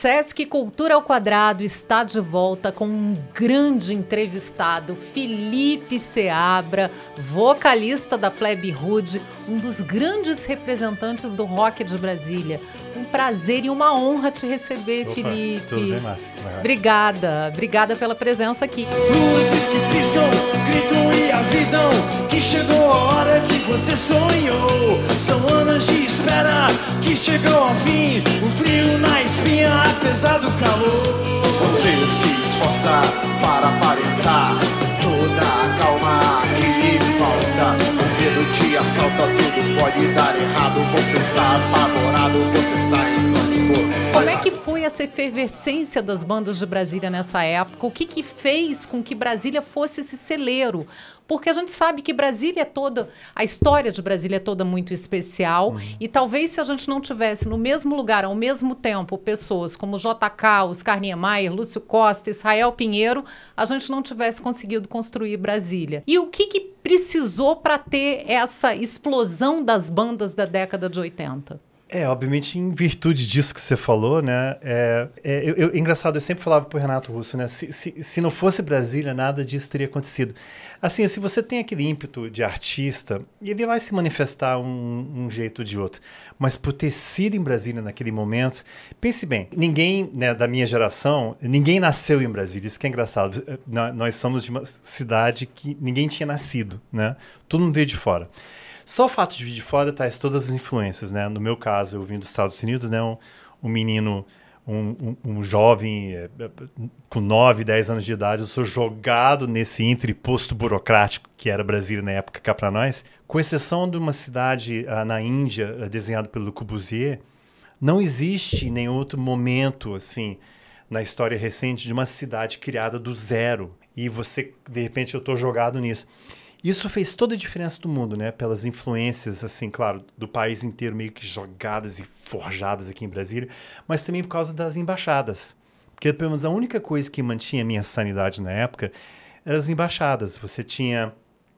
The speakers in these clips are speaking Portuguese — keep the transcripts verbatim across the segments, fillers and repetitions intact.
Sesc Cultura ao Quadrado está de volta com um grande entrevistado, Felipe Seabra, vocalista da Plebe Rude, um dos grandes representantes do rock de Brasília. Um prazer e uma honra te receber, Opa, Felipe. Tudo bem, Márcia? Obrigada, obrigada pela presença aqui. Luzes que piscam, gritam e avisam que chegou a hora que você sonhou. São anos de espera que chegou ao fim, o frio na espinha apesar do calor. Você se esforça para aparentar toda a calma que lhe falta. O medo te assalta, tudo pode dar errado. Você está apavorado, você está em pânico. Como é que foi essa efervescência das bandas de Brasília nessa época? O que que fez com que Brasília fosse esse celeiro? Porque a gente sabe que Brasília é toda, a história de Brasília é toda muito especial, uhum. E talvez se a gente não tivesse no mesmo lugar, ao mesmo tempo, pessoas como J K, Oscar Niemeyer, Lúcio Costa, Israel Pinheiro, a gente não tivesse conseguido construir Brasília. E o que que precisou para ter essa explosão das bandas da década de oitenta? É, obviamente, em virtude disso que você falou, né? É, é, eu, eu, engraçado, eu sempre falava pro Renato Russo, né? Se, se, se não fosse Brasília, nada disso teria acontecido. Assim, se você tem aquele ímpeto de artista, ele vai se manifestar um, um jeito ou de outro. Mas por ter sido em Brasília naquele momento, pense bem, ninguém, né, da minha geração, ninguém nasceu em Brasília, isso que é engraçado. Nós somos de uma cidade que ninguém tinha nascido, né? Todo mundo veio de fora. Só o fato de vir de fora traz todas as influências, né? No meu caso, eu vim dos Estados Unidos, né? Um, um menino, um, um, um jovem é, com nove, dez anos de idade, eu sou jogado nesse entreposto burocrático que era Brasília na época cá para nós. Com exceção de uma cidade uh, na Índia, uh, desenhada pelo Le Corbusier, não existe nenhum outro momento, assim, na história recente de uma cidade criada do zero. E você, de repente, eu estou jogado nisso. Isso fez toda a diferença do mundo, né? Pelas influências, assim, claro, do país inteiro meio que jogadas e forjadas aqui em Brasília, mas também por causa das embaixadas. Porque, pelo menos, a única coisa que mantinha a minha sanidade na época eram as embaixadas. Você tinha...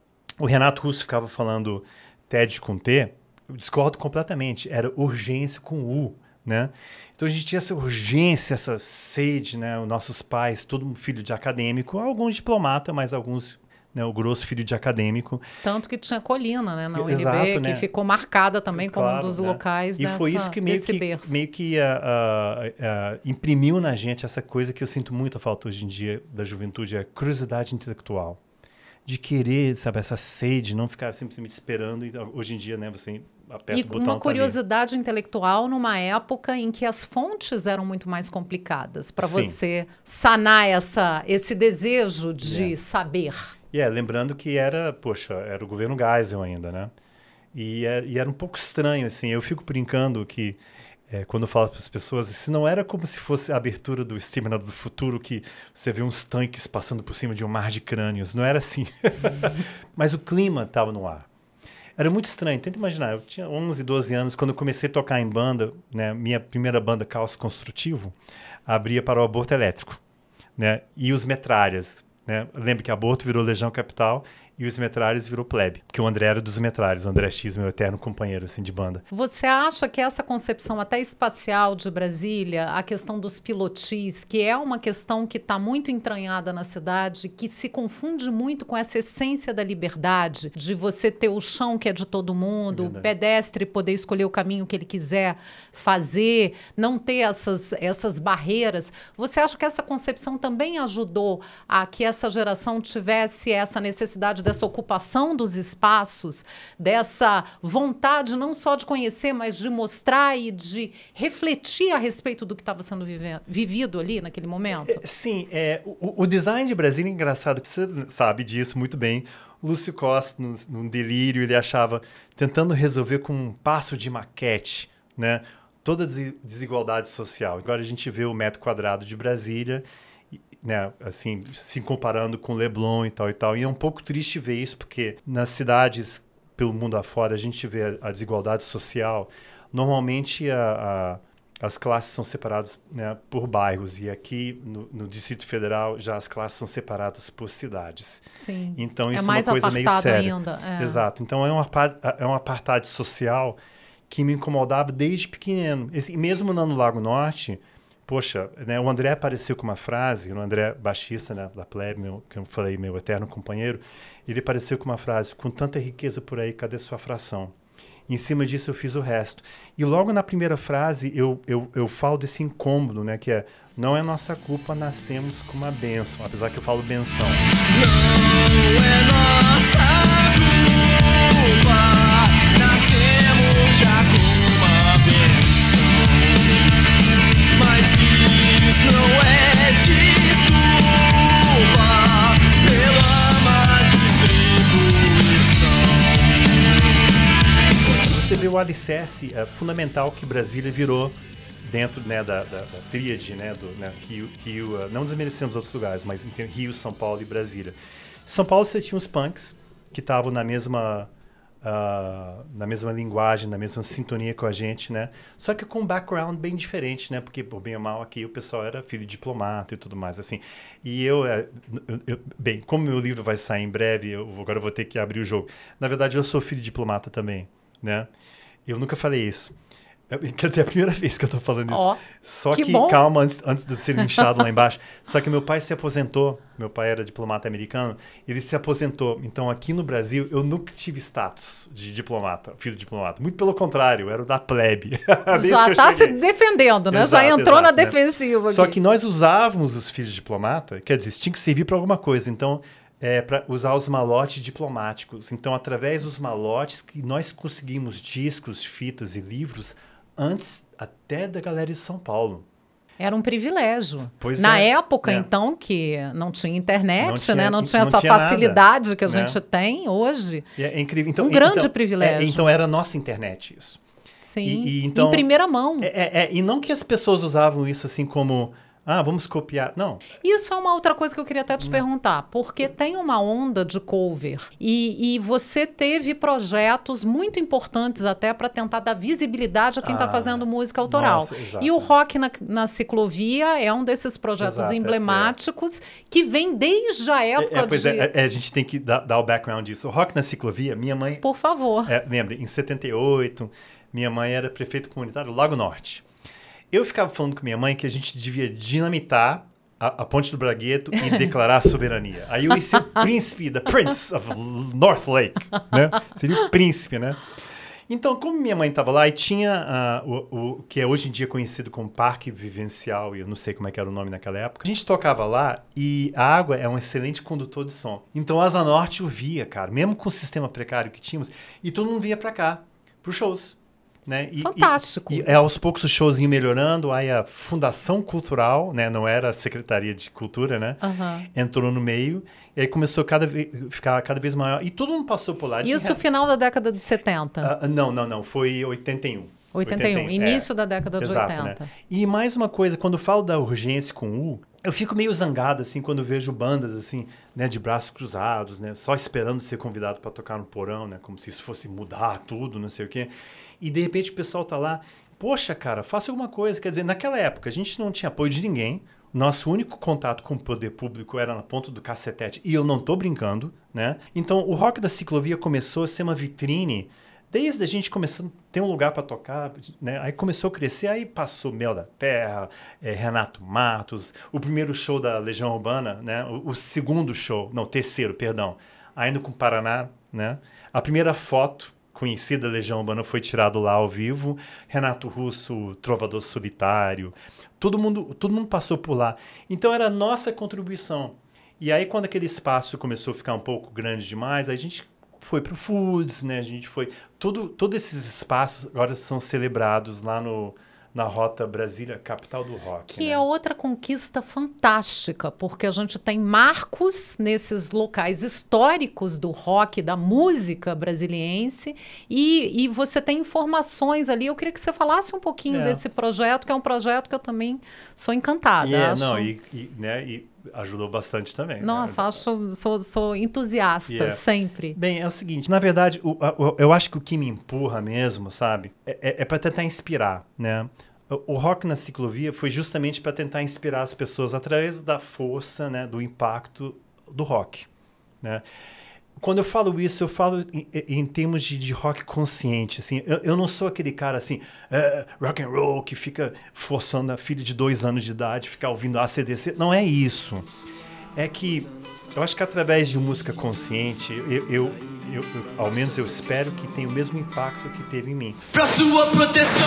O Renato Russo ficava falando T E D com T, eu discordo completamente. Era urgência com U, né? Então a gente tinha essa urgência, essa sede, né? Os nossos pais, todo mundo filho de acadêmico, alguns diplomata, mas alguns... Né, o grosso filho de acadêmico. Tanto que tinha Colina, né, na U N B, Exato, que né? ficou marcada também claro, como um dos né? locais e dessa, foi isso que meio desse que, berço. meio que uh, uh, uh, imprimiu na gente essa coisa que eu sinto muita falta hoje em dia da juventude, é a curiosidade intelectual. De querer, sabe, essa sede, não ficar simplesmente esperando. E hoje em dia, né, você aperta e o botão. Uma curiosidade tá intelectual numa época em que as fontes eram muito mais complicadas para você sanar essa, esse desejo de yeah. saber. E yeah, lembrando que era, poxa, era o governo Geisel ainda, né? E, é, e era um pouco estranho, assim. Eu fico brincando que, é, quando eu falo para as pessoas, se não era como se fosse a abertura do Exterminador do Futuro, que você vê uns tanques passando por cima de um mar de crânios. Não era assim. Mas o clima estava no ar. Era muito estranho. Tenta imaginar, eu tinha onze, doze anos, quando eu comecei a tocar em banda, né? Minha primeira banda, Caos Construtivo, abria para o Aborto Elétrico, né? E os Metralhas. Né? Lembra que Aborto virou Legião Capital e os Metralhas virou Plebe, porque o André era dos Metralhas, o André X, meu eterno companheiro assim, de banda. Você acha que essa concepção até espacial de Brasília, a questão dos pilotis, que é uma questão que está muito entranhada na cidade, que se confunde muito com essa essência da liberdade, de você ter o chão que é de todo mundo, é o pedestre poder escolher o caminho que ele quiser fazer, não ter essas, essas barreiras. Você acha que essa concepção também ajudou a que essa geração tivesse essa necessidade dessa ocupação dos espaços, dessa vontade não só de conhecer, mas de mostrar e de refletir a respeito do que estava sendo vive- vivido ali naquele momento? É, sim, é, o, o design de Brasília é engraçado, você sabe disso muito bem. Lúcio Costa, num, num delírio, ele achava, tentando resolver com um passo de maquete, né, toda a des- desigualdade social. Agora a gente vê o metro quadrado de Brasília, né, assim, se comparando com Leblon e tal e tal. E é um pouco triste ver isso, porque nas cidades pelo mundo afora a gente vê a, a desigualdade social. Normalmente a, a, as classes são separadas, né, por bairros, e aqui no, no Distrito Federal já as classes são separadas por cidades. Sim. Então isso é é mais uma coisa meio séria. Ainda, é. Exato. Então é um, é um apartheid social que me incomodava desde pequeno. E mesmo lá no Lago Norte, poxa, né, o André apareceu com uma frase, o André baixista, né, da Plebe, meu, que eu falei, meu eterno companheiro, ele apareceu com uma frase, com tanta riqueza por aí, cadê sua fração? Em cima disso eu fiz o resto. E logo na primeira frase eu, eu, eu falo desse incômodo, né? Que é, não é nossa culpa, nascemos com uma bênção. Apesar que eu falo benção. Não é nossa culpa, nascemos já com uma bênção. Mas isso não é desculpa pela má distribuição. Você vê o alicerce é, fundamental que Brasília virou dentro, né, da, da, da tríade, né, do, né, Rio, Rio uh, não desmerecendo os outros lugares, mas em Rio, São Paulo e Brasília. São Paulo você tinha os punks que estavam na mesma uh, na mesma linguagem, na mesma sintonia com a gente, né? Só que com um background bem diferente, né? Porque, por bem ou mal, aqui o pessoal era filho de diplomata e tudo mais, assim. E eu, eu, eu bem, como meu livro vai sair em breve, eu, agora eu vou ter que abrir o jogo. Na verdade, eu sou filho de diplomata também, né? Eu nunca falei isso. Quer dizer, é a primeira vez que eu tô falando isso. Oh, Só que, que, bom. calma, antes, antes de ser linchado lá embaixo. Só que meu pai se aposentou, meu pai era diplomata americano, ele se aposentou. Então, aqui no Brasil, eu nunca tive status de diplomata, filho de diplomata. Muito pelo contrário, eu era da plebe. Já está se defendendo, né? Exato, Já entrou exato, na né? defensiva. Só aqui. que nós usávamos os filhos de diplomata, quer dizer, tinha que servir para alguma coisa. Então, é, para usar os malotes diplomáticos. Então, através dos malotes que nós conseguimos discos, fitas e livros antes até da galera de São Paulo. Era um privilégio. Pois Na é, época, é. então, que não tinha internet, Não tinha- né? Não tinha não essa tinha facilidade nada, que a né? gente tem hoje. E é incrível. Então, Um grande então, privilégio. é, então era a nossa internet isso. Sim. E- e então- em primeira mão. É, é, é, e não que as pessoas usavam isso assim como, ah, vamos copiar. Não. Isso é uma outra coisa que eu queria até te perguntar, porque tem uma onda de cover e, e você teve projetos muito importantes até para tentar dar visibilidade a quem está Ah, fazendo música autoral. nossa, exato. E o Rock na, na Ciclovia é um desses projetos Exato, é, emblemáticos que vem desde a época É, é, pois de... é, é, é, a gente tem que dar, dar o background disso. O Rock na Ciclovia, minha mãe, Por favor. é, lembra, em setenta e oito, minha mãe era prefeito comunitário do Lago Norte. Eu ficava falando com minha mãe que a gente devia dinamitar a, a Ponte do Bragueto e declarar a soberania. Aí eu ia ser o príncipe, the Prince of North Lake, né? Seria o príncipe, né? Então, como minha mãe estava lá e tinha uh, o, o que é hoje em dia conhecido como Parque Vivencial, e eu não sei como é que era o nome naquela época, a gente tocava lá e a água é um excelente condutor de som. Então, a Asa Norte ouvia, cara, mesmo com o sistema precário que tínhamos, e todo mundo vinha para cá, para os shows. Né? E, Fantástico. E, e é, aos poucos o showzinho melhorando, aí a Fundação Cultural, né? Não era a Secretaria de Cultura, né? Aham. Entrou no meio, e aí começou a cada ve- ficar cada vez maior. E todo mundo passou por lá. de Isso re- no final da década de setenta. Ah, não, não, não. Foi oitenta e um. oitenta e um, início é. da década de Exato, oitenta. né? E mais uma coisa, quando eu falo da urgência com U, eu fico meio zangado, assim, quando vejo bandas, assim, né, de braços cruzados, né, só esperando ser convidado para tocar no porão, né, como se isso fosse mudar tudo, não sei o quê. E, de repente, o pessoal tá lá, poxa, cara, faça alguma coisa. Quer dizer, naquela época, a gente não tinha apoio de ninguém, nosso único contato com o poder público era na ponta do cacetete, e eu não tô brincando, né? Então, o Rock da Ciclovia começou a ser uma vitrine. Desde a gente começando a ter um lugar para tocar, né? Aí começou a crescer, aí passou Mel da Terra, é, Renato Matos, o primeiro show da Legião Urbana, né? O, o segundo show, não, terceiro, perdão, ainda com o Paraná, né? A primeira foto conhecida da Legião Urbana foi tirada lá ao vivo, Renato Russo, Trovador Solitário, todo mundo, todo mundo passou por lá. Então era a nossa contribuição. E aí quando aquele espaço começou a ficar um pouco grande demais, a gente foi para o Foods, né? A gente foi... Todo, todos esses espaços agora são celebrados lá no, na Rota Brasília, capital do rock. Que né? é outra conquista fantástica, porque a gente tem marcos nesses locais históricos do rock, da música brasiliense, e, e você tem informações ali. Eu queria que você falasse um pouquinho É. desse projeto, que é um projeto que eu também sou encantada. E, é, acho... não, e, e, né, e ajudou bastante também. Nossa, né? acho, sou, sou entusiasta, Yeah. sempre. Bem, é o seguinte, na verdade, o, a- o- eu acho que o que me empurra mesmo, sabe, é, é, é para tentar inspirar, né? O, o Rock na Ciclovia foi justamente para tentar inspirar as pessoas através da força, né, do impacto do rock, né? quando eu falo isso, eu falo em, em termos de, de rock consciente, assim. Eu, eu não sou aquele cara, assim, uh, rock and roll, que fica forçando a filha de dois anos de idade, ficar ouvindo A C D C. Não é isso. É que eu acho que através de música consciente, eu, eu, eu, eu, eu ao menos eu espero que tenha o mesmo impacto que teve em mim. Pra sua proteção.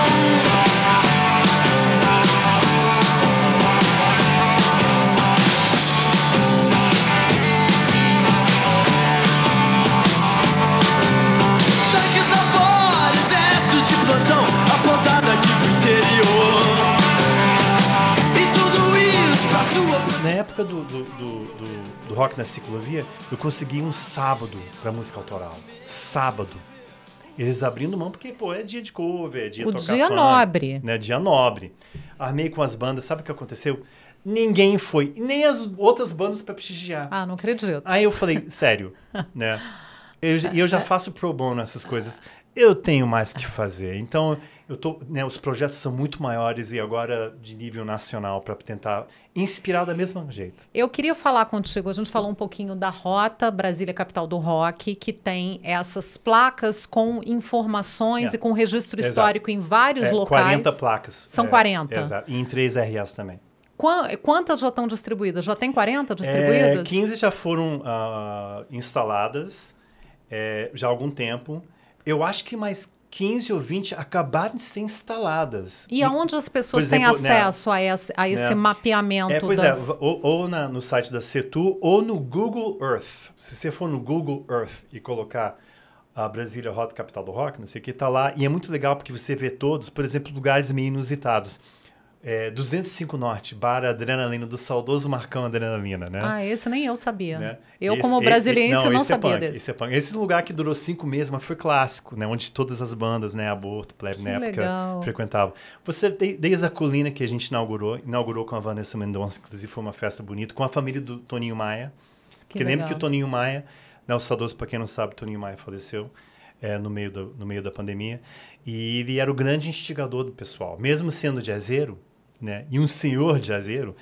Na época do, do, do, do, do rock na ciclovia, eu consegui um sábado pra música autoral. Sábado. Eles abrindo mão, porque, pô, é dia de cover, é dia o de tocar dia funk, nobre. Né? Dia nobre. Armei com as bandas, sabe o que aconteceu? Ninguém foi, nem as outras bandas pra prestigiar. Ah, não acredito. Aí eu falei, sério, né? E eu, eu já faço pro bono essas coisas. Eu tenho mais que fazer. Então, eu tô, né, os projetos são muito maiores e agora de nível nacional para tentar inspirar da mesma jeito. Eu queria falar contigo, a gente falou um pouquinho da Rota Brasília Capital do Rock, que tem essas placas com informações É. e com registro Exato. histórico em vários É, locais. quarenta placas. São é, quarenta. Exato. E em três R As também. Qua- Quantas já estão distribuídas? Já tem quarenta É, distribuídas? quinze já foram ah, instaladas é, já há algum tempo. Eu acho que mais quinze ou vinte acabaram de ser instaladas. E aonde as pessoas por exemplo, têm acesso a esse, a esse né, mapeamento É, pois das... é, ou, ou na, no site da Setu ou no Google Earth. Se você for no Google Earth e colocar a Brasília Rota Capital do Rock, não sei o que, tá lá. E é muito legal porque você vê todos, por exemplo, lugares meio inusitados. É, duzentos e cinco Norte, Bar Adrenalina, do saudoso Marcão Adrenalina, né? Ah, esse nem eu sabia. Né? Eu, Esse- como e- brasiliense, e- não, esse é sabia punk, desse. Esse é punk. Esse lugar que durou cinco meses, mas foi clássico, né? Onde todas as bandas, né? Aborto, Plebe, Que na época, legal. frequentavam. Você, de- desde a colina que a gente inaugurou, inaugurou com a Vanessa Mendonça, inclusive foi uma festa bonita, com a família do Toninho Maia. Que Que lembra legal. que o Toninho Maia, né, o saudoso, para quem não sabe, o Toninho Maia faleceu é, no, meio do, no meio da pandemia. E ele era o grande instigador do pessoal. Mesmo sendo jazzeiro, né, e um senhor jazzeiro,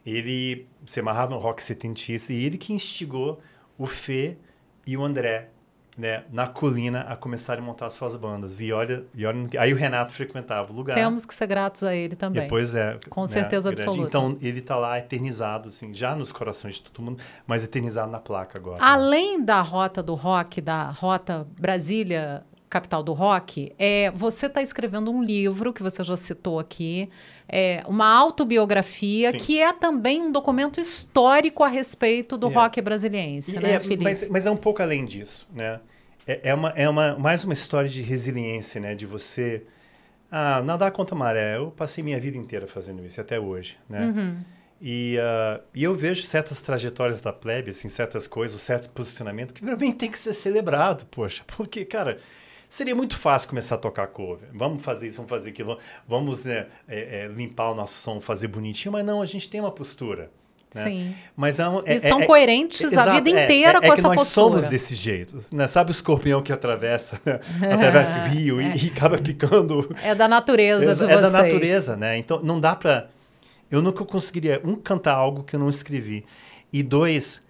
ele se amarrava no rock setentista e ele que instigou o Fê e o André, né, na colina a começarem a montar suas bandas. E olha, e olha no que- aí o Renato frequentava o lugar. Temos que ser gratos a ele também. Depois é. Com né, certeza grande. absoluta. Então, ele está lá eternizado, assim, já nos corações de todo mundo, mas eternizado na placa agora. né? Além da Rota do Rock, da Rota Brasília Capital do Rock, é, você está escrevendo um livro, que você já citou aqui, é, uma autobiografia, Sim. que é também um documento histórico a respeito do É. rock brasiliense, E né, é, Felipe? mas, mas é um pouco além disso, né? É, é, uma, é uma, mais uma história de resiliência, né? De você... Ah, nadar contra a maré. Eu passei minha vida inteira fazendo isso, até hoje, né? Uhum. E, ah, e eu vejo certas trajetórias da plebe, assim, certas coisas, certos posicionamentos que também tem que ser celebrado, poxa. Porque, cara, seria muito fácil começar a tocar cover. Vamos fazer isso, vamos fazer aquilo, vamos né, é, é, limpar o nosso som, fazer bonitinho. Mas não, a gente tem uma postura. Né? Sim. Mas é, um- E é, são é- coerentes a exato, vida é, inteira é, com é essa que nós postura. somos desse jeito. Né? Sabe o escorpião que atravessa, né? atravessa o rio e, e acaba picando... É da natureza de é vocês. da natureza, né? Então não dá pra... Eu nunca conseguiria, um, cantar algo que eu não escrevi. E dois,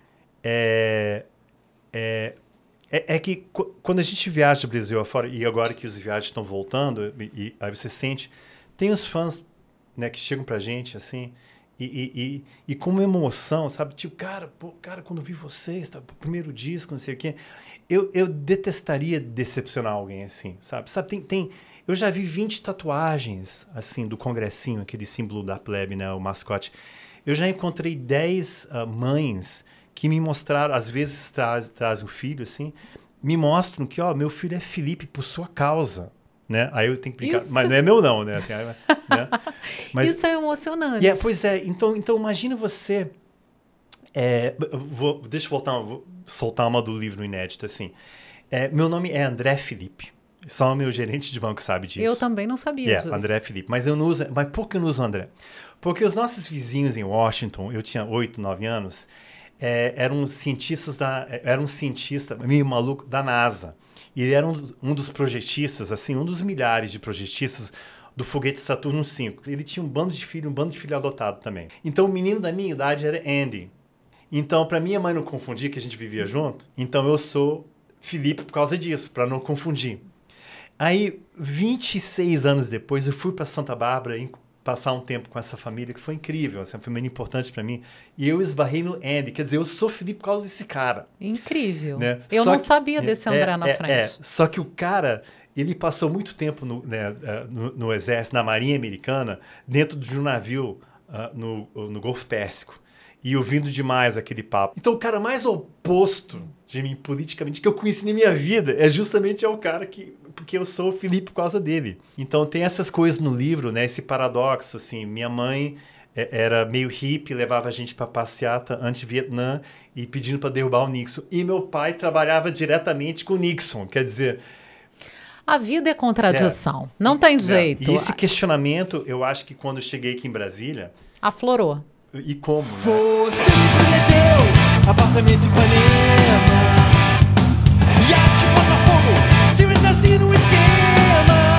é, é, é, é que qu- quando a gente viaja do Brasil afora, e agora que os viagens estão voltando, e, e aí você sente... Tem os fãs, né, que chegam pra gente, assim... E, e, e, e com uma emoção, sabe? Tipo, cara, pô, cara, quando eu vi vocês, tá, o primeiro disco, não sei o quê, eu, eu detestaria decepcionar alguém assim, sabe? Sabe, tem, tem, eu já vi vinte tatuagens, assim, do congressinho, aquele símbolo da plebe, né, o mascote. Eu já encontrei dez uh, mães que me mostraram, às vezes traz, trazem o filho, assim, me mostram que, ó, meu filho é Felipe por sua causa. Né? Aí eu tenho que brincar, Isso- mas não é meu não, né? Assim, aí, né? Mas, Isso é emocionante. e é, pois é, então, então imagina você. É, eu vou, deixa eu voltar, vou soltar uma do livro inédito, assim. É, meu nome é André Felipe. Só o meu gerente de banco sabe disso. Eu também não sabia É, disso. André Felipe. Mas eu não uso. Mas por que eu não uso André? Porque os nossos vizinhos em Washington, eu tinha oito, nove anos, é, eram cientistas da. Era um cientista meio maluco da NASA. E ele era um, um dos projetistas, assim, um dos milhares de projetistas do foguete Saturno cinco. Ele tinha um bando de filho, um bando de filho adotado também. Então o menino da minha idade era Andy. Então, para minha mãe não confundir, que a gente vivia junto, então eu sou Felipe por causa disso, para não confundir. Aí, vinte e seis anos depois, eu fui para Santa Bárbara e passar um tempo com essa família, que foi incrível, essa família importante para mim. E eu esbarrei no Andy, quer dizer, eu sou Felipe por causa desse cara. Incrível. Né? Eu só não que, sabia desse é, André na é, frente. É, só que o cara, ele passou muito tempo no, né, no, no exército, na Marinha Americana, dentro de um navio uh, no, no Golfo Pérsico. E ouvindo demais aquele papo. Então, o cara mais oposto de mim, politicamente, que eu conheci na minha vida, é justamente é o cara que... Porque eu sou o Felipe por causa dele. Então, tem essas coisas no livro, né? Esse paradoxo, assim. Minha mãe é, era meio hippie, levava a gente para passeata anti-Vietnã e pedindo para derrubar o Nixon. E meu pai trabalhava diretamente com o Nixon. Quer dizer... A vida é contradição. É, não tem jeito. É. E esse questionamento, eu acho que quando eu cheguei aqui em Brasília... Aflorou. E como, né? Você me prometeu apartamento em Ipanema, iate Botafogo, se eu entrasse no esquema,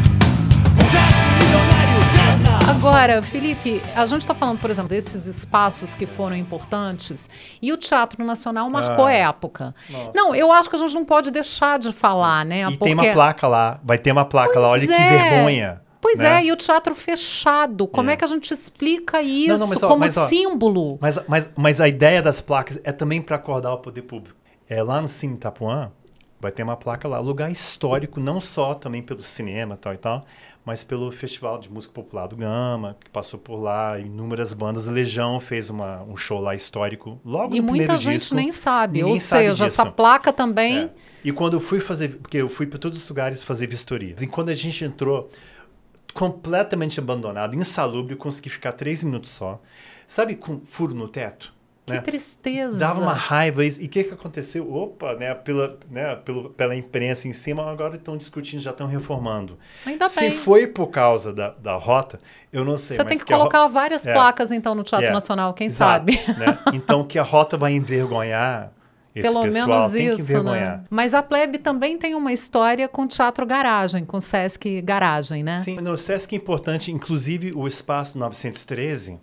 buraco milionário, grana. Agora, Felipe, a gente está falando, por exemplo, desses espaços que foram importantes e o Teatro Nacional marcou Ah, época. nossa. Não, eu acho que a gente não pode deixar de falar, né? E porque... tem uma placa lá, vai ter uma placa Pois lá, olha é. que vergonha. Pois né? é, e o teatro fechado. Como é, É. que a gente explica isso Não, não, mas, ó, como mas, ó, símbolo? Mas, mas, mas a ideia das placas é também para acordar o poder público. É, lá no Cine Itapuã, vai ter uma placa lá, lugar histórico, não só também pelo cinema tal e tal, mas pelo Festival de Música Popular do Gama, que passou por lá, inúmeras bandas. Legião fez uma, um show lá histórico logo E no muita primeiro gente disco. nem sabe. Ninguém Ou sabe seja, disso. essa placa também... É. E quando eu fui fazer, porque eu fui para todos os lugares fazer vistorias. E quando a gente entrou completamente abandonado, insalubre, eu consegui ficar três minutos só. Sabe, com furo no teto? Que né? tristeza. Dava uma raiva. E o que, que aconteceu? Opa, né, pela, né, pelo, pela imprensa em cima, agora estão discutindo, já estão reformando. Ainda Se bem. foi por causa da, da rota, eu não sei. Você mas tem que, que a ro- colocar várias É. placas, então, no Teatro É. Nacional, quem Exato, sabe? né? Então, que a rota vai envergonhar esse Pelo pessoal, menos tem que isso, envergonhar. né? Mas a Plebe também tem uma história com Teatro Garagem, com Sesc Garagem, né? Sim, no Sesc é importante, inclusive o espaço novecentos e treze,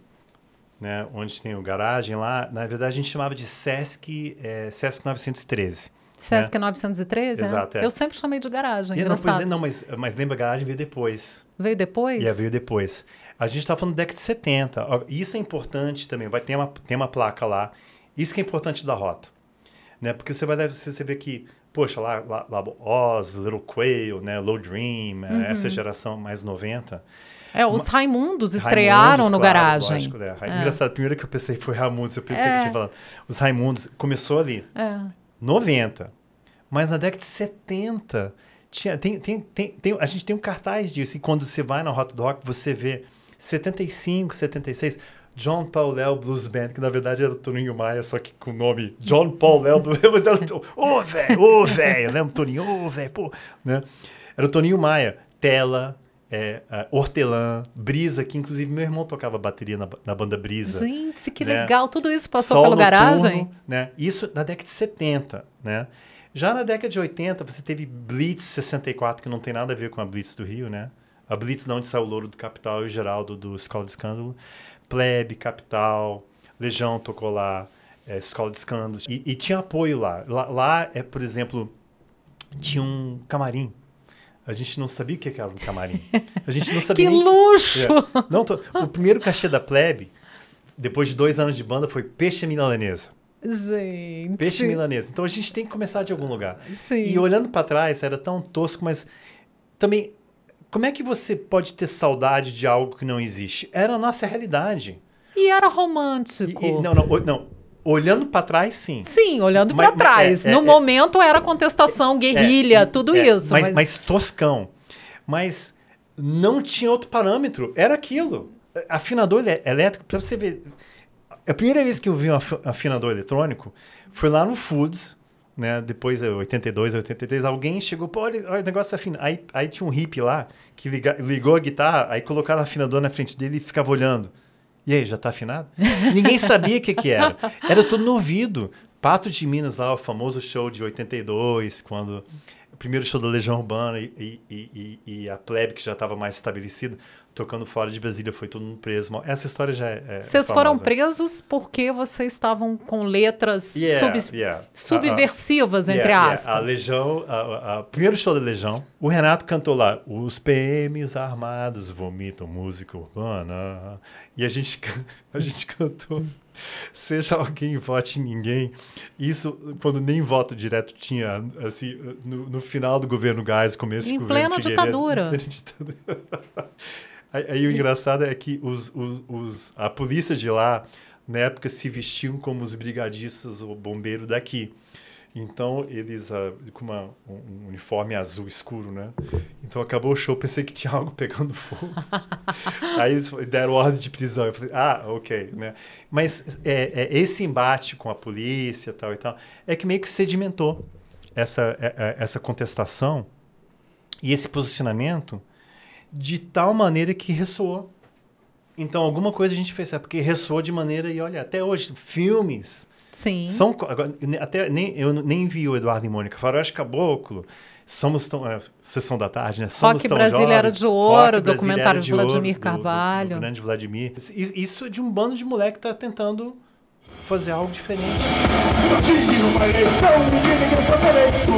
né, onde tem o garagem lá, na verdade a gente chamava de Sesc, é, Sesc novecentos e treze. Sesc né? novecentos e treze, Exato, é? é. Eu sempre chamei de Garagem, E não, engraçado. pois é, não, mas, mas lembra, a garagem veio depois. Veio depois? E veio depois. A gente está falando da década de setenta. Ó, isso é importante também, vai ter uma, tem uma placa lá. Isso que é importante da rota. Né? Porque você vai você, você vê que, poxa, lá, lá, lá Oz, Little Quail, né, Low Dream, Uhum. essa geração mais noventa. É, os Raimundos estrearam Raimundos, no claro, Garagem. Lógico, né? É. Engraçado, a primeira que eu pensei foi Raimundos, eu pensei É. que tinha falado. Os Raimundos começou ali, É. noventa. Mas na década de setenta, tinha, tem, tem, tem, tem, a gente tem um cartaz disso. E quando você vai na Rota do Rock, você vê setenta e cinco, setenta e seis, John Paul Leo Blues Band, que na verdade era o Toninho Maia, só que com o nome John Paul Leo Blues Band. Mas era o ô, velho, ô, velho, lembra o Toninho? Ô, velho, pô. Né? Era o Toninho Maia. Tela, é, uh, Hortelã, Brisa, que inclusive meu irmão tocava bateria na, na banda Brisa. Gente, que né? legal. Tudo isso passou Sol pelo Noturno, Garagem? Né? Isso na década de setenta, né? Já na década de oitenta, você teve Blitz sessenta e quatro, que não tem nada a ver com a Blitz do Rio, né? A Blitz de onde saiu o Louro do Capital e o Geraldo do Escola de Escândalo. Plebe, Capital, Legião tocou lá, é, Escola de Escândalos. E, e tinha apoio lá. Lá, lá é, por exemplo, tinha um camarim. A gente não sabia o que era um camarim. A gente não sabia Que nem luxo! É. Não, tô, o primeiro cachê da Plebe, depois de dois anos de banda, foi peixe milanesa. Gente. Peixe milanesa. Então a gente tem que começar de algum lugar. Sim. E olhando para trás, era tão tosco, mas também, como é que você pode ter saudade de algo que não existe? Era a nossa realidade. E era E, romântico. e- não, não, o- não. Olhando para trás, sim. Sim, olhando Mas- pra trás. é, é, no é. momento era contestação, guerrilha, É, tudo é, isso. Mas, Mas, mas toscão. Mas não tinha outro parâmetro. Era aquilo. Afinador elé- elétrico, para você ver. A primeira vez que eu vi um af- afinador eletrônico foi lá no Foods, né? Depois, em oitenta e dois, oitenta e três, alguém chegou, pô, olha, olha o negócio afina. Aí, aí tinha um hippie lá que liga, ligou a guitarra, aí colocaram o afinador na frente dele e ficava olhando. E aí, já tá afinado? Ninguém sabia o que, que era. Era tudo no ouvido. Pato de Minas lá, o famoso show de oitenta e dois, quando o primeiro show da Legião Urbana e, e, e, e a Plebe, que já estava mais estabelecida, tocando fora de Brasília, foi todo mundo preso. Essa história já é, é Vocês famosa. foram presos porque vocês estavam com letras Yeah, sub- yeah. subversivas, Uh, uh, entre yeah, aspas. Yeah. A Legião, a, a, a primeiro show da Legião, o Renato cantou lá, os P Ms armados vomitam música urbana. E a gente, a gente cantou, seja alguém, vote em ninguém. Isso, quando nem voto direto tinha, assim, no, no final do governo Geisel, começo Em do governo plena Figueiredo. ditadura. Em plena ditadura. Aí, aí o engraçado é que os, os, os, a polícia de lá, na época, se vestiam como os brigadistas ou bombeiros daqui. Então, eles, uh, com uma, um uniforme azul escuro, né? Então, acabou o show, pensei que tinha algo pegando fogo. Aí eles deram ordem de prisão. Eu falei, ah, ok, né? Mas é, é, esse embate com a polícia tal e tal, é que meio que sedimentou essa, é, é, essa contestação e esse posicionamento de tal maneira que ressoou. Então, alguma coisa a gente fez, é porque ressoou de maneira, e olha, até hoje, filmes... Sim. São, agora, até, nem, eu nem vi o Eduardo e Mônica, Faroeste Caboclo, Somos Tão... É, Sessão da Tarde, né? Somos Rock Tão Brasília era Jovens, de ouro, Rock documentário de Brasília era de Vladimir ouro, Carvalho. Do, do, do grande Vladimir. Isso é de um bando de moleque que tá tentando fazer algo diferente. Tive uma eleição e ninguém foi eleito.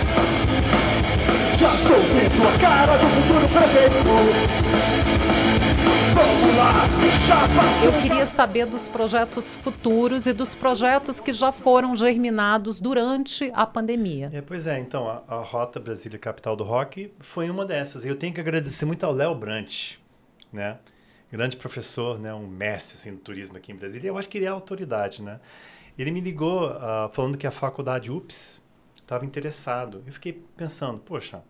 Já estou vendo a cara do futuro prefeito. Vamos lá, chapa. Eu queria saber dos projetos futuros e dos projetos que já foram germinados durante a pandemia. É, pois é, então, a, a Rota Brasília Capital do Rock foi uma dessas. E eu tenho que agradecer muito ao Léo Brant, né? Grande professor, né? Um mestre assim, do turismo aqui em Brasília. Eu acho que ele é a autoridade, né? Ele me ligou uh, falando que a faculdade U P S estava interessado. Eu fiquei pensando, poxa,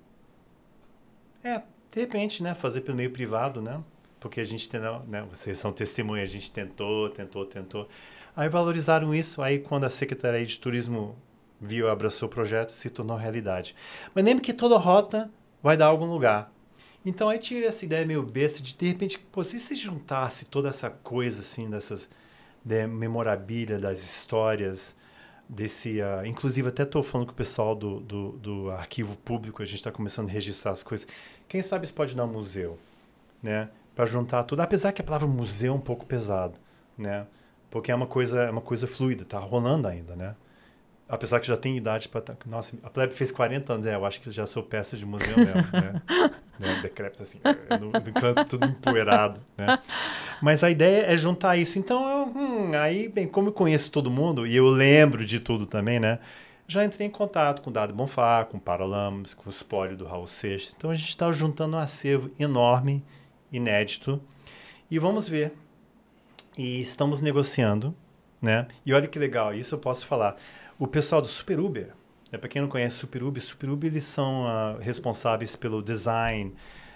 é, de repente, né? Fazer pelo meio privado, né? Porque a gente tem, né? Vocês são testemunhas, a gente tentou, tentou, tentou. Aí valorizaram isso. Aí quando a Secretaria de Turismo viu, abraçou o projeto, se tornou realidade. Mas lembra que toda rota vai dar algum lugar. Então aí tive essa ideia meio besta de, de repente, pô, se se juntasse toda essa coisa, assim, dessas de memorabilia, das histórias, desse... Uh, inclusive, até estou falando com o pessoal do, do, do arquivo público, a gente está começando a registrar as coisas. Quem sabe isso pode dar um museu, né? Para juntar tudo. Apesar que a palavra museu é um pouco pesado, né? Porque é uma coisa, é uma coisa fluida, tá rolando ainda, né? Apesar que já tem idade para... Tá, nossa, a Plebe fez quarenta anos, é, eu acho que já sou peça de museu mesmo, né? né? Decrépito assim, no, no canto tudo empoeirado, né? Mas a ideia é juntar isso. Então, eu, hum, aí, bem, como eu conheço todo mundo, e eu lembro de tudo também, né? Já entrei em contato com o Dado Bonfá, com o Paralamas, com o Espólio do Raul Seixas. Então, a gente está juntando um acervo enorme, inédito, e vamos ver. E estamos negociando, né? E olha que legal, isso eu posso falar. O pessoal do Super Uber, né? Para quem não conhece Super Uber, Super Uber eles são uh, responsáveis pelo design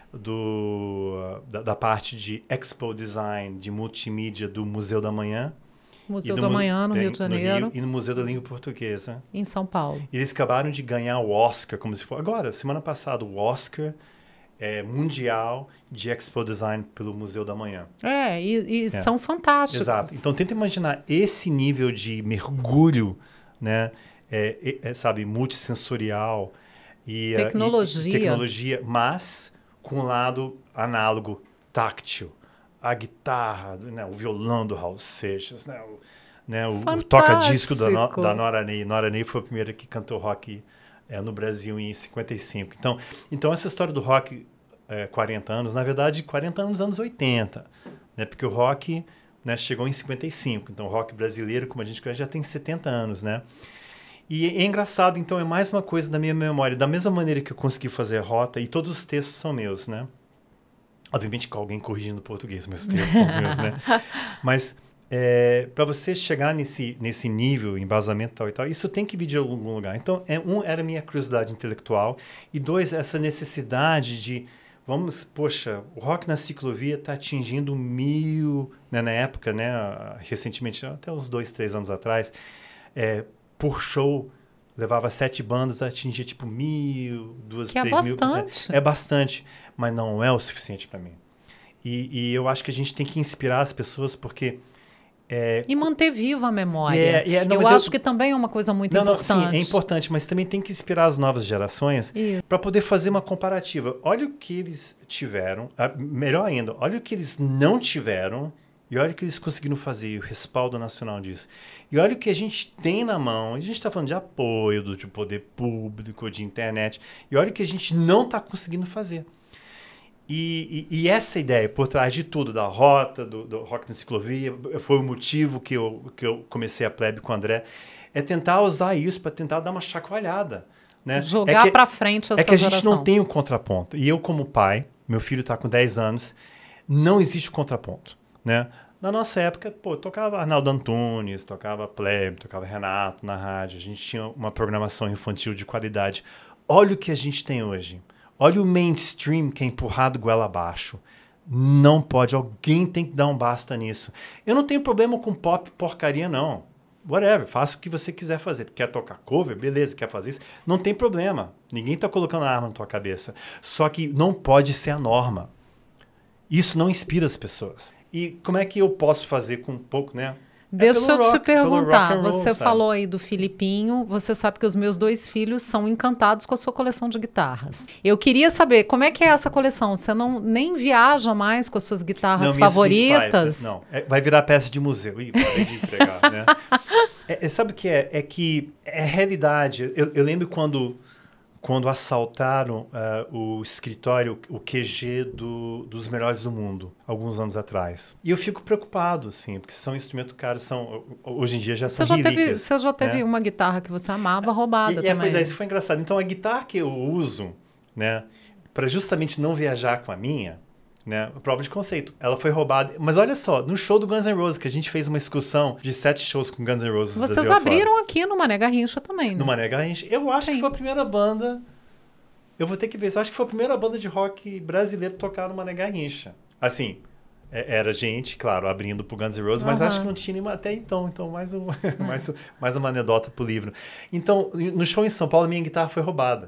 do, uh, da, da parte de Expo Design, de multimídia do Museu da Manhã. Museu da Manhã, no Rio de Janeiro. No Rio, e no Museu da Língua Portuguesa. Em São Paulo. Eles acabaram de ganhar o Oscar, como se for... Agora, semana passada, o Oscar é, mundial de Expo Design pelo Museu da Manhã. É, e, e É. são fantásticos. Exato. Então, tenta imaginar esse nível de mergulho, né? É, é, sabe, multissensorial. E, Tecnologia. E, e tecnologia, mas com um lado análogo, táctil. A guitarra, né, o violão do Raul Seixas, né, o, né, o, o toca-disco da, no, da Nora Ney. Nora Ney foi a primeira que cantou rock é, no Brasil em cinquenta e cinco. Então, então essa história do rock é, quarenta anos, na verdade, quarenta anos, anos oitenta. Né, porque o rock, né, chegou em cinquenta e cinco. Então, o rock brasileiro, como a gente conhece, já tem setenta anos, né? E é engraçado, então, é mais uma coisa da minha memória. Da mesma maneira que eu consegui fazer a rota, e todos os textos são meus, né? Obviamente com alguém corrigindo o português, meus textos são os meus, né? Mas é, para você chegar nesse, nesse nível, embasamento tal e tal, isso tem que vir de algum lugar. Então, é, um, era a minha curiosidade intelectual, e dois, essa necessidade de, vamos, poxa, o rock na ciclovia está atingindo mil, né, na época, né, recentemente, até uns dois, três anos atrás, é, por show, levava sete bandas a atingir tipo mil, duas, que três é mil. bastante. É, é bastante, mas não é o suficiente para mim. E, e eu acho que a gente tem que inspirar as pessoas, porque É, e manter viva a memória. Yeah, yeah, não, eu acho eu, que também é uma coisa muito não, importante. Não, sim, é importante, mas também tem que inspirar as novas gerações para poder fazer uma comparativa. Olha o que eles tiveram, melhor ainda, olha o que eles não tiveram e olha o que eles conseguiram fazer, o respaldo nacional disso. E olha o que a gente tem na mão. A gente está falando de apoio, do, de poder público, de internet. E olha o que a gente não está conseguindo fazer. E, e, e essa ideia, por trás de tudo, da rota, do, do Rock na Ciclovia, foi o motivo que eu, que eu comecei a plebe com o André, é tentar usar isso para tentar dar uma chacoalhada. Né? Jogar é para frente essa É que a geração. gente não tem um contraponto. E eu, como pai, meu filho está com dez anos, não existe contraponto. Né? Na nossa época, pô, tocava Arnaldo Antunes, tocava Plebe, tocava Renato na rádio, a gente tinha uma programação infantil de qualidade. Olha o que a gente tem hoje. Olha o mainstream que é empurrado goela abaixo. Não pode. Alguém tem que dar um basta nisso. Eu não tenho problema com pop porcaria, não. Whatever. Faça o que você quiser fazer. Quer tocar cover? Beleza. Quer fazer isso? Não tem problema. Ninguém está colocando arma na tua cabeça. Só que não pode ser a norma. Isso não inspira as pessoas. E como é que eu posso fazer com um pouco, né? Deixa é eu te rock, perguntar, roll, você sabe? falou aí do Filipinho, você sabe que os meus dois filhos são encantados com a sua coleção de guitarras. Eu queria saber, como é que é essa coleção? Você não nem viaja mais com as suas guitarras não, minhas favoritas? principais, não, é, vai virar peça de museu. Ih, parei de entregar, né? É, é, sabe o que é? É que é realidade. Eu, eu lembro quando... quando assaltaram uh, o escritório, o Q G do, dos melhores do mundo, alguns anos atrás. E eu fico preocupado, assim, porque são instrumentos caros, são, hoje em dia já você são já teve, relíquias. Você já teve né? uma guitarra que você amava roubada e, também. E, pois é, isso foi engraçado. Então, a guitarra que eu uso, né, para justamente não viajar com a minha, né, prova de conceito, ela foi roubada. Mas olha só, no show do Guns N' Roses, que a gente fez uma excursão de sete shows com Guns N' Roses. Vocês Brasil abriram afora. aqui no Mané Garrincha também, né? No Mané Garrincha. Eu acho Sim. que foi a primeira banda... Eu vou ter que ver isso. Eu acho que foi a primeira banda de rock brasileira a tocar no Mané Garrincha. Assim, é, era gente, claro, abrindo pro Guns N' Roses, mas Uhum. acho que não tinha nenhuma até então. Então, mais, um, mais, mais uma anedota pro livro. Então, no show em São Paulo, minha guitarra foi roubada.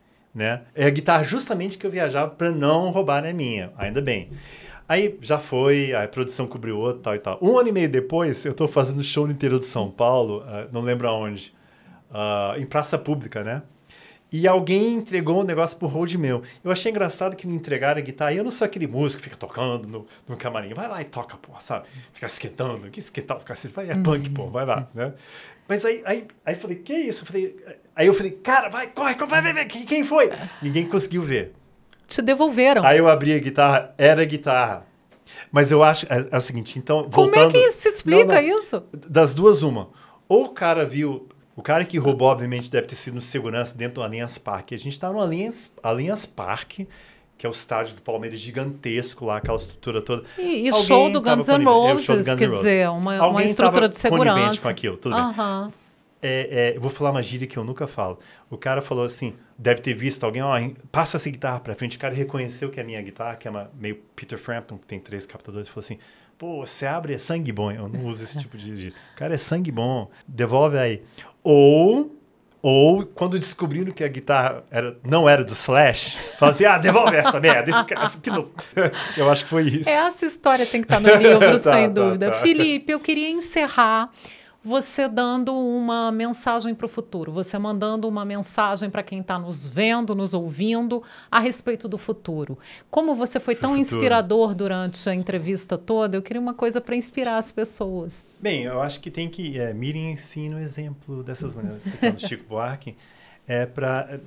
Né? É a guitarra justamente que eu viajava para não roubar a minha. Ainda bem. Aí já foi, a produção cobriu outro, tal e tal. Um ano e meio depois, eu estou fazendo show no interior de São Paulo, uh, não lembro aonde, uh, em praça pública, né? E alguém entregou um negócio pro hold meu. Eu achei engraçado que me entregaram a guitarra. E eu não sou aquele músico que fica tocando no, no camarim. Vai lá e toca, pô, sabe? Fica esquentando. Que esquentar o cacete? Vai, é punk, pô, vai lá, né? Mas aí, aí, aí eu falei, que isso? Eu falei, aí eu falei, cara, vai, corre, corre, vai, vai, vai. Quem, quem foi? Ninguém conseguiu ver. Te devolveram. Aí eu abri a guitarra, era a guitarra. Mas eu acho, é, é o seguinte, então, Como voltando... é que se explica não, não, isso? Das duas, uma. Ou o cara viu... O cara que roubou, obviamente, deve ter sido no segurança dentro do Allianz Parque. A gente está no Allianz, Allianz Parque, que é o estádio do Palmeiras gigantesco lá, aquela estrutura toda. E, e show do Guns N' Roses, Guns quer Roses. dizer, uma, uma Alguém estrutura de segurança. Com aquilo, tudo uhum. bem. É, é, eu vou falar uma gíria que eu nunca falo. O cara falou assim, deve ter visto alguém, ó, passa essa guitarra pra frente. O cara reconheceu que é a minha guitarra, que é uma, meio Peter Frampton, que tem três captadores, e falou assim, pô, você abre, é sangue bom. Eu não uso esse tipo de gíria. O cara é sangue bom, devolve aí. Ou... Ou, quando descobriram que a guitarra era, não era do Slash, falaram assim, ah, devolve essa merda. Esse cara, que não... Eu acho que foi isso. Essa história tem que estar no livro, tá, sem tá, dúvida. tá. Felipe, eu queria encerrar você dando uma mensagem para o futuro, você mandando uma mensagem para quem está nos vendo, nos ouvindo, a respeito do futuro. Como você foi tão inspirador durante a entrevista toda, eu queria uma coisa para inspirar as pessoas. Bem, eu acho que tem que... É, mirem sim no exemplo dessas maneiras, citando Chico Buarque, é para...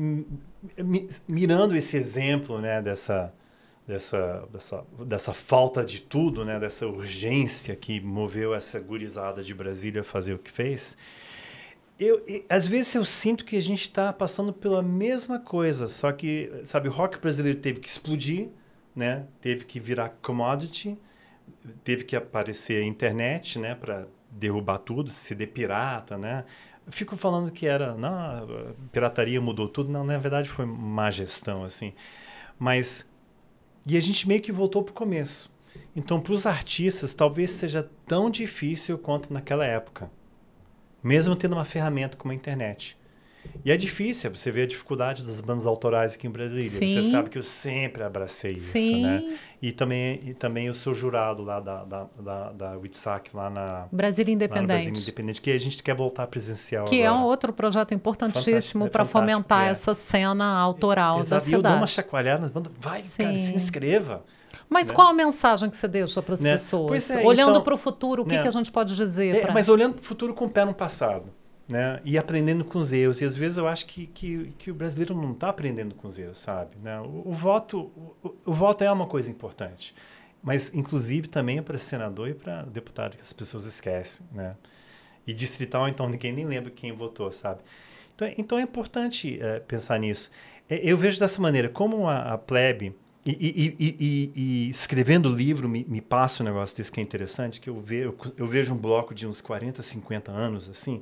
Mirando esse exemplo, né, dessa... Dessa, dessa, dessa falta de tudo, né? Dessa urgência que moveu essa gurizada de Brasília a fazer o que fez, eu, eu, às vezes eu sinto que a gente está passando pela mesma coisa, só que, sabe, o rock brasileiro teve que explodir, né? Teve que virar commodity, teve que aparecer a internet, né? Para derrubar tudo, se der pirata, né? Fico falando que era, não, a pirataria mudou tudo, não, na verdade foi má gestão, assim, mas... E a gente meio que voltou para o começo. Então, para os artistas, talvez seja tão difícil quanto naquela época. Mesmo tendo uma ferramenta como a internet. E é difícil, você vê a dificuldade das bandas autorais aqui em Brasília. Sim. Você sabe que eu sempre abracei Sim. isso, né? E também, e também eu sou jurado lá da, da, da, da Witsac, lá na... Brasília Independente. Lá no Brasília Independente, que a gente quer voltar presencial Que agora. é um outro projeto importantíssimo É para fomentar é. essa cena autoral Exato. da E cidade. eu dou uma chacoalhada nas bandas, vai, Sim. cara, se inscreva. Mas né? qual a mensagem que você deixa para as Né? pessoas? Pois é, Olhando então, para o futuro, o que, né? que a gente pode dizer? É, pra... Mas olhando para o futuro com o pé no passado. Né? E aprendendo com os erros. E às vezes eu acho que, que, que o brasileiro não está aprendendo com os erros, sabe? Né? O, o, voto, o, o voto é uma coisa importante. Mas, inclusive, também é para senador e para deputado, que as pessoas esquecem. Né? E distrital, então, ninguém nem lembra quem votou, sabe? Então, então é importante é, pensar nisso. É, eu vejo dessa maneira, como a, a plebe... E, e, e, e, e escrevendo o livro me, me passa um negócio desse que é interessante, que eu, ve, eu, eu vejo um bloco de uns quarenta, cinquenta anos, assim,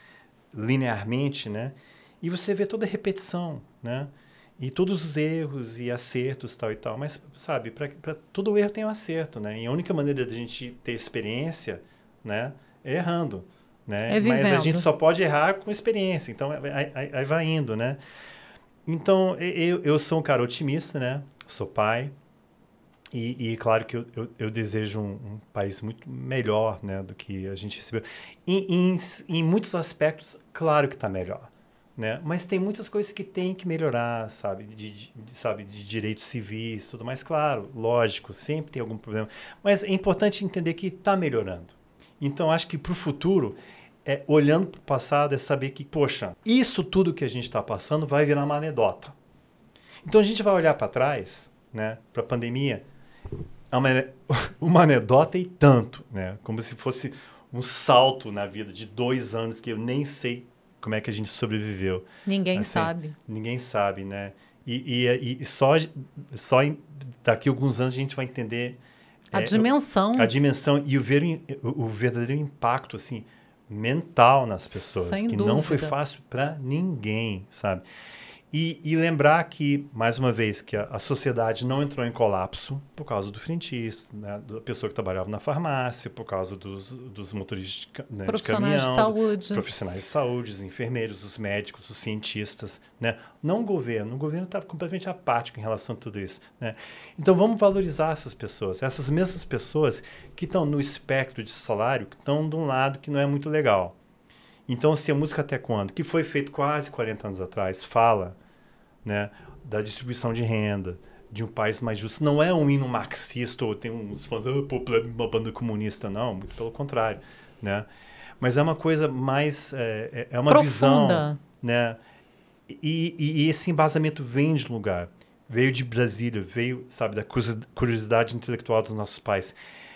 linearmente, né? E você vê toda a repetição, né? E todos os erros e acertos, tal e tal. Mas, sabe, para todo erro tem um acerto, né? E a única maneira de a gente ter experiência, né, é errando, né? É vivendo. Mas a gente só pode errar com experiência. Então, aí, aí, aí vai indo, né? Então, eu, eu sou um cara otimista, né? Sou pai. E, e claro que eu, eu, eu desejo um, um país muito melhor, né, do que a gente recebeu. Em, em, em muitos aspectos, claro que está melhor, né? Mas tem muitas coisas que tem que melhorar, sabe? De, de, sabe? De direitos civis, tudo mais. Claro, lógico, sempre tem algum problema. Mas é importante entender que está melhorando. Então, acho que para o futuro, é, olhando para o passado, é saber que, poxa, isso tudo que a gente está passando vai virar uma anedota. Então, a gente vai olhar para trás, né, para a pandemia, é uma, uma anedota e tanto, né? Como se fosse um salto na vida de dois anos que eu nem sei como é que a gente sobreviveu. Ninguém assim, sabe. Ninguém sabe, né? E, e, e só, só em, daqui a alguns anos a gente vai entender... A é, dimensão. A dimensão e o, ver, o, o verdadeiro impacto, assim, mental nas pessoas. Sem que dúvida. não foi fácil para ninguém, sabe? E, e lembrar que, mais uma vez, que a, a sociedade não entrou em colapso por causa do frentista, né, da pessoa que trabalhava na farmácia, por causa dos, dos motoristas de, né, Profissionais de caminhão, de saúde. do, profissionais de saúde, os enfermeiros, os médicos, os cientistas, né? Não o governo. O governo estava completamente apático em relação a tudo isso, né? Então, vamos valorizar essas pessoas. Essas mesmas pessoas que estão no espectro de salário, que estão de um lado que não é muito legal. Então, se a Música Até Quando, que foi feito quase quarenta anos atrás, fala, né, da distribuição de renda, de um país mais justo, não é um hino marxista, ou tem uns fãs, oh, pô, uma banda comunista, não, muito pelo contrário, né? Mas é uma coisa mais, é, é uma profunda. Visão, né? E, e, e esse embasamento vem de lugar, veio de Brasília, veio, sabe, da curiosidade intelectual dos nossos pais.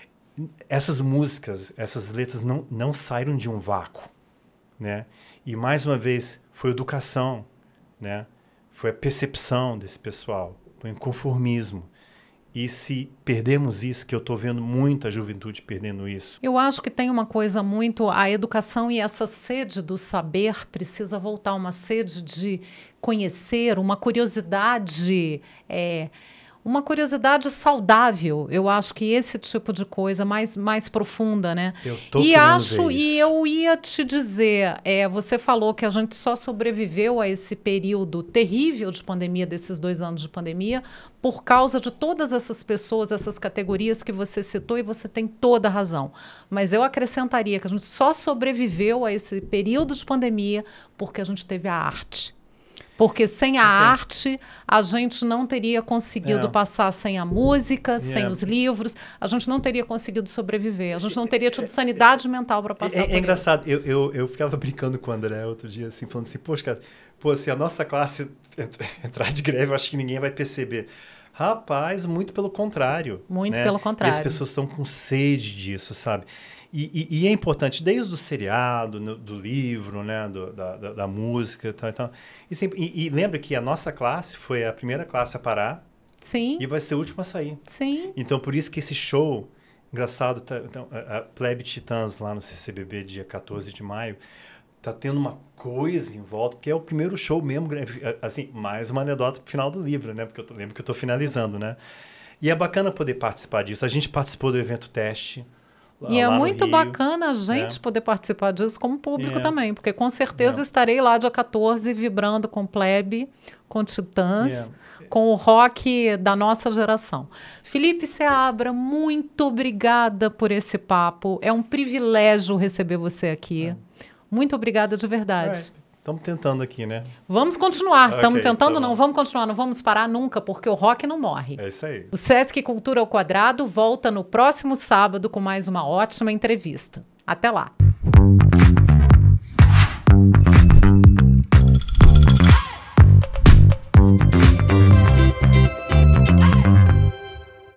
Essas músicas, essas letras não, não saíram de um vácuo, né? E, mais uma vez, foi educação, né? Foi a percepção desse pessoal, foi o inconformismo. E se perdermos isso, que eu estou vendo muito a juventude perdendo isso. Eu acho que tem uma coisa muito... A educação e essa sede do saber precisa voltar, uma sede de conhecer, uma curiosidade... É, uma curiosidade saudável. Eu acho que esse tipo de coisa mais, mais profunda, né? Eu tô e querendo acho, ver isso. e eu ia te dizer, é, você falou que a gente só sobreviveu a esse período terrível de pandemia, desses dois anos de pandemia, por causa de todas essas pessoas, essas categorias que você citou, e você tem toda a razão. Mas eu acrescentaria que a gente só sobreviveu a esse período de pandemia porque a gente teve a arte. Porque sem a okay. arte, a gente não teria conseguido é. passar sem a música, yeah. sem os livros, a gente não teria conseguido sobreviver, a gente não teria tido sanidade mental para passar é, por é engraçado, isso. Eu, eu, eu ficava brincando com o André outro dia, assim, falando assim, poxa, cara, pô, se a nossa classe entrar de greve, eu acho que ninguém vai perceber. Rapaz, muito pelo contrário. Muito né? pelo contrário. E as pessoas estão com sede disso, sabe? E, e, e é importante, desde o seriado, no, do livro, né, do, da, da, da música e tal, e tal. E, sempre, e, e lembra que a nossa classe foi a primeira classe a parar. Sim. E vai ser a última a sair. Sim. Então, por isso que esse show, engraçado, tá, então, a, a Plebe Titãs lá no C C B B, dia quatorze de maio, tá tendo uma coisa em volta, que é o primeiro show mesmo, assim, mais uma anedota pro final do livro, né? Porque eu lembro que eu tô finalizando, né? E é bacana poder participar disso. A gente participou do evento teste E é lá no muito Rio. bacana a gente É. poder participar disso como público É. também, porque com certeza É. estarei lá dia quatorze vibrando com Plebe, com Titãs, É. com o rock da nossa geração. Felipe Seabra, muito obrigada por esse papo. É um privilégio receber você aqui. É. Muito obrigada de verdade. Estamos tentando aqui, né? Vamos continuar. Estamos Ok, tentando, tá não bom. vamos continuar, não vamos parar nunca, porque o rock não morre. É isso aí. O Sesc Cultura ao Quadrado volta no próximo sábado com mais uma ótima entrevista. Até lá! Música